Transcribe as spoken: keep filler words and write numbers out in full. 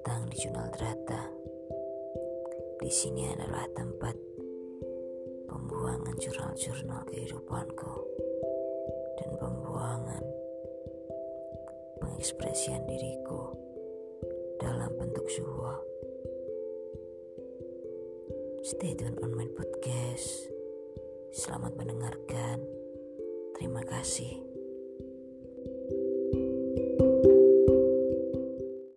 datang di Jurnal Drata. Di sini adalah tempat pembuangan jurnal-jurnal kehidupanku dan pembuangan pengekspresian diriku dalam bentuk sebuah. Stay tune on my podcast. Selamat mendengarkan. Terima kasih.